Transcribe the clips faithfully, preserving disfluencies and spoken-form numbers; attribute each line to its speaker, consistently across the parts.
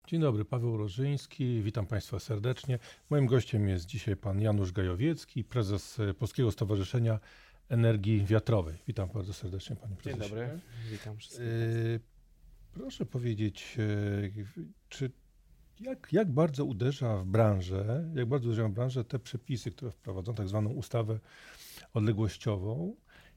Speaker 1: Dzień dobry, Paweł Rożyński, witam Państwa serdecznie. Moim gościem jest dzisiaj pan Janusz Gajowiecki, prezes Polskiego Stowarzyszenia Energii Wiatrowej. Witam bardzo serdecznie, panie prezesie.
Speaker 2: Dzień dobry, witam wszystkich.
Speaker 1: Proszę powiedzieć, czy jak, jak bardzo uderza w branżę, jak bardzo uderzają w branżę te przepisy, które wprowadzą tak zwaną ustawę odległościową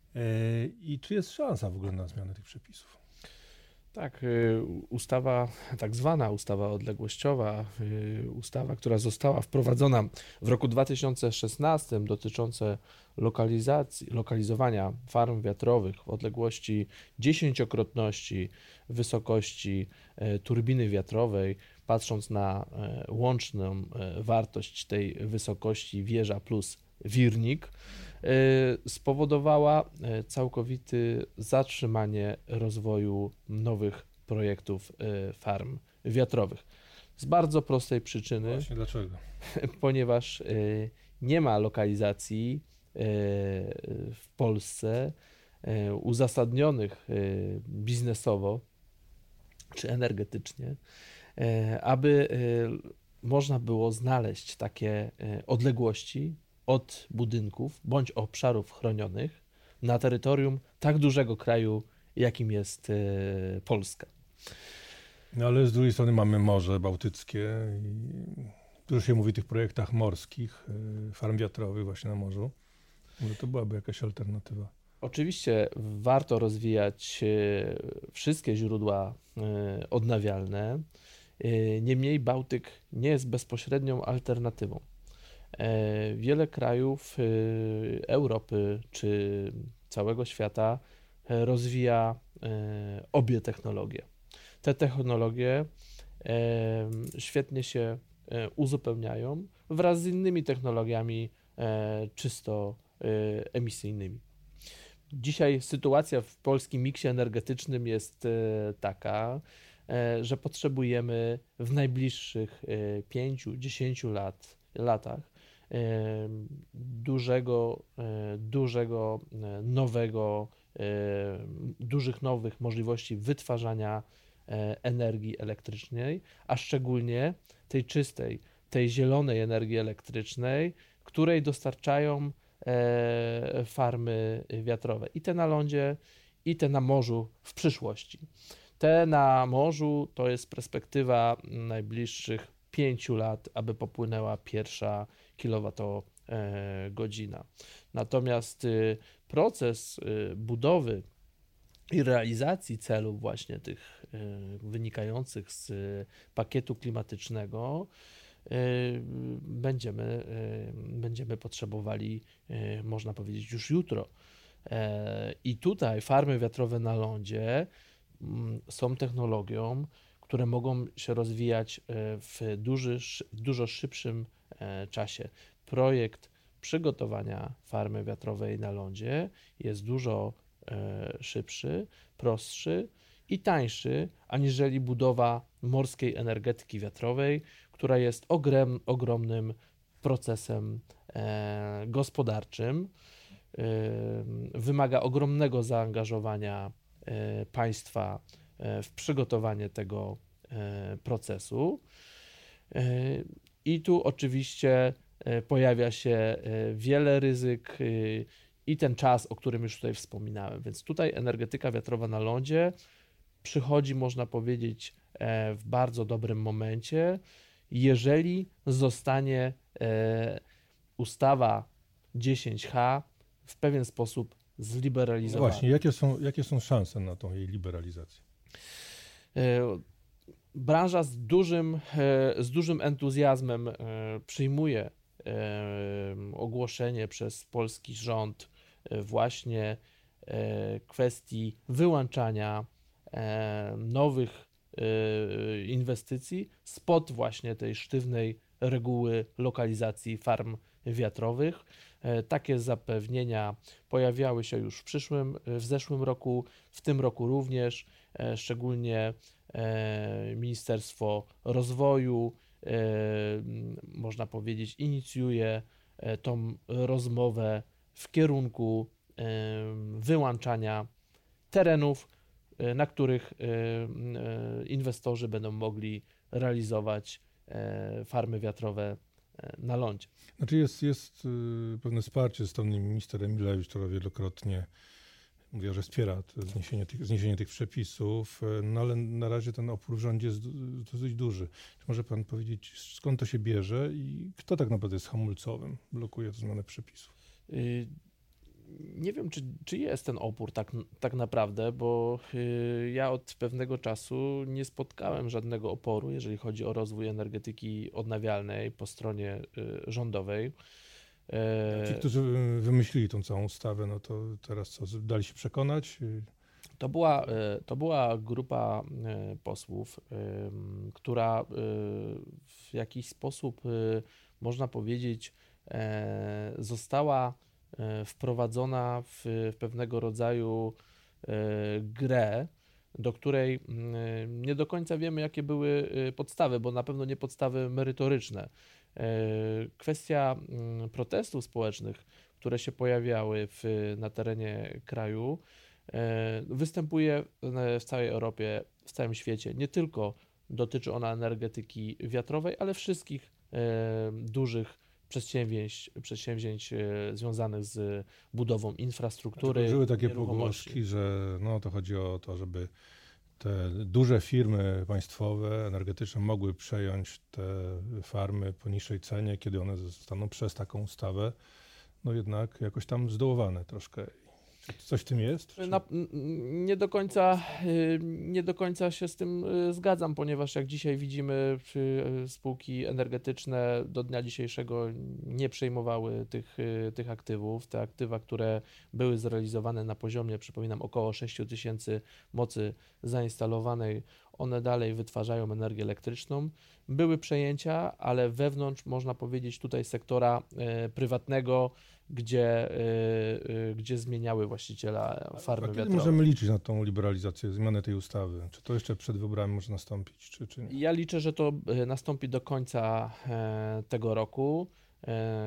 Speaker 1: i czy jest szansa w ogóle na zmianę tych przepisów?
Speaker 2: Tak, ustawa, tak zwana ustawa odległościowa, ustawa, która została wprowadzona w roku dwa tysiące szesnastym, dotyczące lokalizacji, lokalizowania farm wiatrowych w odległości dziesięciokrotności wysokości turbiny wiatrowej, patrząc na łączną wartość tej wysokości wieża plus wirnik, spowodowała całkowite zatrzymanie rozwoju nowych projektów farm wiatrowych. Z bardzo prostej przyczyny.
Speaker 1: Właśnie dlaczego?
Speaker 2: Ponieważ nie ma lokalizacji w Polsce uzasadnionych biznesowo czy energetycznie, aby można było znaleźć takie odległości od budynków bądź obszarów chronionych na terytorium tak dużego kraju, jakim jest Polska.
Speaker 1: No ale z drugiej strony mamy Morze Bałtyckie i dużo się mówi o tych projektach morskich, farm wiatrowych właśnie na morzu. Może to byłaby jakaś alternatywa.
Speaker 2: Oczywiście warto rozwijać wszystkie źródła odnawialne, niemniej Bałtyk nie jest bezpośrednią alternatywą. Wiele krajów Europy czy całego świata rozwija obie technologie. Te technologie świetnie się uzupełniają wraz z innymi technologiami czysto emisyjnymi. Dzisiaj sytuacja w polskim miksie energetycznym jest taka, że potrzebujemy w najbliższych pięciu do dziesięciu lat, latach dużego, dużego, nowego, dużych nowych możliwości wytwarzania energii elektrycznej, a szczególnie tej czystej, tej zielonej energii elektrycznej, której dostarczają farmy wiatrowe. I te na lądzie, i te na morzu w przyszłości. Te na morzu to jest perspektywa najbliższych pięciu lat, aby popłynęła pierwsza kilowatogodzina. Natomiast proces budowy i realizacji celów właśnie tych wynikających z pakietu klimatycznego będziemy, będziemy potrzebowali, można powiedzieć, już jutro. I tutaj farmy wiatrowe na lądzie są technologią, które mogą się rozwijać w duży, dużo szybszym czasie. Projekt przygotowania farmy wiatrowej na lądzie jest dużo szybszy, prostszy i tańszy, aniżeli budowa morskiej energetyki wiatrowej, która jest ogrem, ogromnym procesem gospodarczym, wymaga ogromnego zaangażowania państwa w przygotowanie tego procesu. I tu oczywiście pojawia się wiele ryzyk i ten czas, o którym już tutaj wspominałem. Więc tutaj energetyka wiatrowa na lądzie przychodzi, można powiedzieć, w bardzo dobrym momencie, jeżeli zostanie ustawa dziesięć H w pewien sposób zliberalizowana.
Speaker 1: No właśnie, jakie są, jakie są szanse na tą jej liberalizację?
Speaker 2: Branża z dużym, z dużym entuzjazmem przyjmuje ogłoszenie przez polski rząd właśnie kwestii wyłączania nowych inwestycji spod właśnie tej sztywnej reguły lokalizacji farm wiatrowych. Takie zapewnienia pojawiały się już w przyszłym, w zeszłym roku, w tym roku również, szczególnie Ministerstwo Rozwoju, można powiedzieć, inicjuje tą rozmowę w kierunku wyłączania terenów, na których inwestorzy będą mogli realizować farmy wiatrowe na lądzie.
Speaker 1: Znaczy jest, jest pewne wsparcie ze strony minister Emilewicz, która wielokrotnie mówiła, że wspiera zniesienie tych, zniesienie tych przepisów, no ale na razie ten opór w rządzie jest dosyć duży. Czy może pan powiedzieć, skąd to się bierze i kto tak naprawdę jest hamulcowym, blokuje tę zmianę przepisów?
Speaker 2: Nie wiem, czy, czy jest ten opór tak, tak naprawdę, bo ja od pewnego czasu nie spotkałem żadnego oporu, jeżeli chodzi o rozwój energetyki odnawialnej po stronie rządowej.
Speaker 1: Ci, którzy wymyślili tą całą ustawę, no to teraz co, dali się przekonać?
Speaker 2: To była, to była grupa posłów, która w jakiś sposób, można powiedzieć, została wprowadzona w, w pewnego rodzaju grę, do której nie do końca wiemy, jakie były podstawy, bo na pewno nie podstawy merytoryczne. Kwestia protestów społecznych, które się pojawiały w, na terenie kraju, występuje w całej Europie, w całym świecie. Nie tylko dotyczy ona energetyki wiatrowej, ale wszystkich dużych przedsięwzięć, przedsięwzięć związanych z budową infrastruktury.
Speaker 1: Były takie pogłoski, że no, to chodzi o to, żeby te duże firmy państwowe, energetyczne mogły przejąć te farmy po niższej cenie, kiedy one zostaną przez taką ustawę, no jednak jakoś tam zdołowane troszkę. Czy coś w tym jest? Czy...
Speaker 2: Na, nie, do końca, nie do końca się z tym zgadzam, ponieważ jak dzisiaj widzimy, spółki energetyczne do dnia dzisiejszego nie przejmowały tych, tych aktywów. Te aktywa, które były zrealizowane na poziomie, przypominam, około sześć tysięcy mocy zainstalowanej, one dalej wytwarzają energię elektryczną. Były przejęcia, ale wewnątrz, można powiedzieć, tutaj sektora prywatnego, gdzie, y, y, gdzie zmieniały właściciela farmy
Speaker 1: wiatrowe.
Speaker 2: wiatrowe.
Speaker 1: Możemy liczyć na tą liberalizację, zmianę tej ustawy? Czy to jeszcze przed wyborami może nastąpić, czy, czy nie?
Speaker 2: Ja liczę, że to nastąpi do końca e, tego roku, e,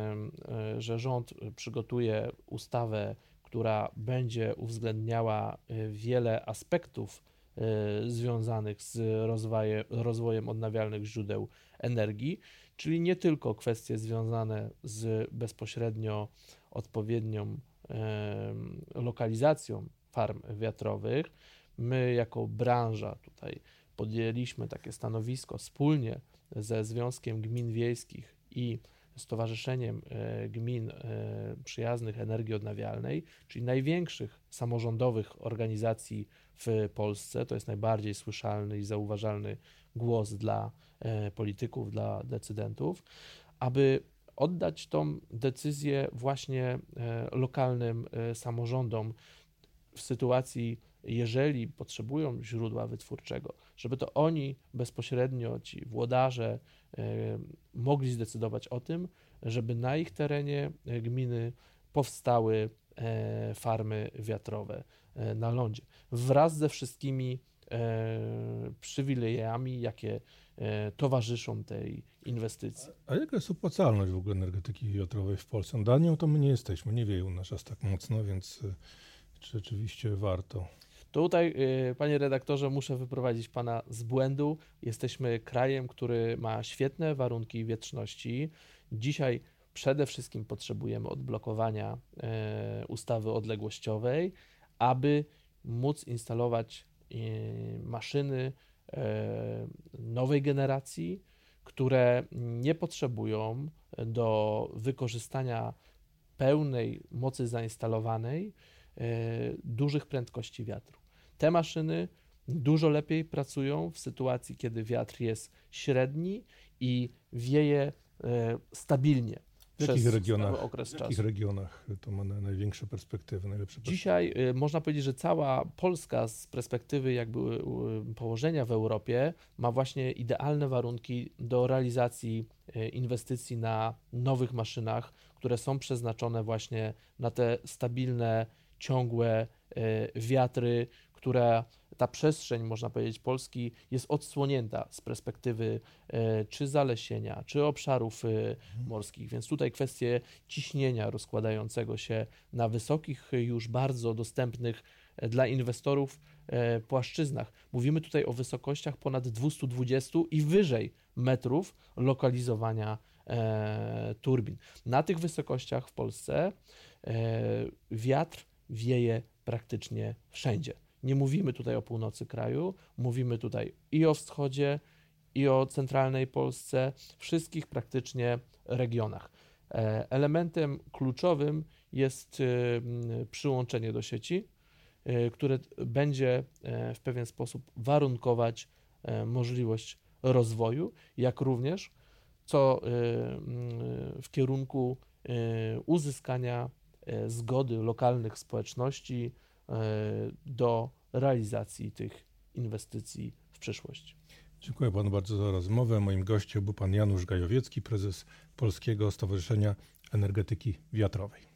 Speaker 2: e, że rząd przygotuje ustawę, która będzie uwzględniała wiele aspektów e, związanych z rozwojem, rozwojem odnawialnych źródeł energii, czyli nie tylko kwestie związane z bezpośrednio odpowiednią e, lokalizacją farm wiatrowych. My jako branża tutaj podjęliśmy takie stanowisko wspólnie ze Związkiem Gmin Wiejskich i Stowarzyszeniem e, Gmin e, Przyjaznych Energii Odnawialnej, czyli największych samorządowych organizacji w Polsce. To jest najbardziej słyszalny i zauważalny głos dla e, polityków, dla decydentów, aby oddać tą decyzję właśnie e, lokalnym e, samorządom w sytuacji, jeżeli potrzebują źródła wytwórczego, żeby to oni bezpośrednio, ci włodarze, e, mogli zdecydować o tym, żeby na ich terenie e, gminy powstały e, farmy wiatrowe e, na lądzie, wraz ze wszystkimi e, przywilejami, jakie e, towarzyszą tej inwestycji.
Speaker 1: A jaka jest opłacalność w ogóle energetyki wiatrowej w Polsce? No, Danią to my nie jesteśmy, nie wieje u nas aż tak mocno, więc czy rzeczywiście warto?
Speaker 2: Tutaj, panie redaktorze, muszę wyprowadzić pana z błędu. Jesteśmy krajem, który ma świetne warunki wietrzności. Dzisiaj przede wszystkim potrzebujemy odblokowania ustawy odległościowej, aby móc instalować maszyny nowej generacji, które nie potrzebują do wykorzystania pełnej mocy zainstalowanej dużych prędkości wiatru. Te maszyny dużo lepiej pracują w sytuacji, kiedy wiatr jest średni i wieje stabilnie.
Speaker 1: W jakich regionach,
Speaker 2: okres
Speaker 1: w jakich
Speaker 2: czasu.
Speaker 1: regionach to ma największe perspektywy, najlepsze perspektywy?
Speaker 2: Dzisiaj y, można powiedzieć, że cała Polska z perspektywy jakby y, położenia w Europie ma właśnie idealne warunki do realizacji y, inwestycji na nowych maszynach, które są przeznaczone właśnie na te stabilne, ciągłe y, wiatry, które ta przestrzeń, można powiedzieć, Polski jest odsłonięta z perspektywy e, czy zalesienia, czy obszarów e, morskich, więc tutaj kwestie ciśnienia rozkładającego się na wysokich, już bardzo dostępnych dla inwestorów e, płaszczyznach. Mówimy tutaj o wysokościach ponad dwieście dwadzieścia i wyżej metrów lokalizowania e, turbin. Na tych wysokościach w Polsce e, wiatr wieje praktycznie wszędzie. Nie mówimy tutaj o północy kraju, mówimy tutaj i o wschodzie, i o centralnej Polsce, wszystkich praktycznie regionach. E, elementem kluczowym jest e, przyłączenie do sieci, e, które będzie e, w pewien sposób warunkować e, możliwość rozwoju, jak również co e, w kierunku e, uzyskania e, zgody lokalnych społeczności e, do realizacji tych inwestycji w przyszłość.
Speaker 1: Dziękuję panu bardzo za rozmowę. Moim gościem był pan Janusz Gajowiecki, prezes Polskiego Stowarzyszenia Energetyki Wiatrowej.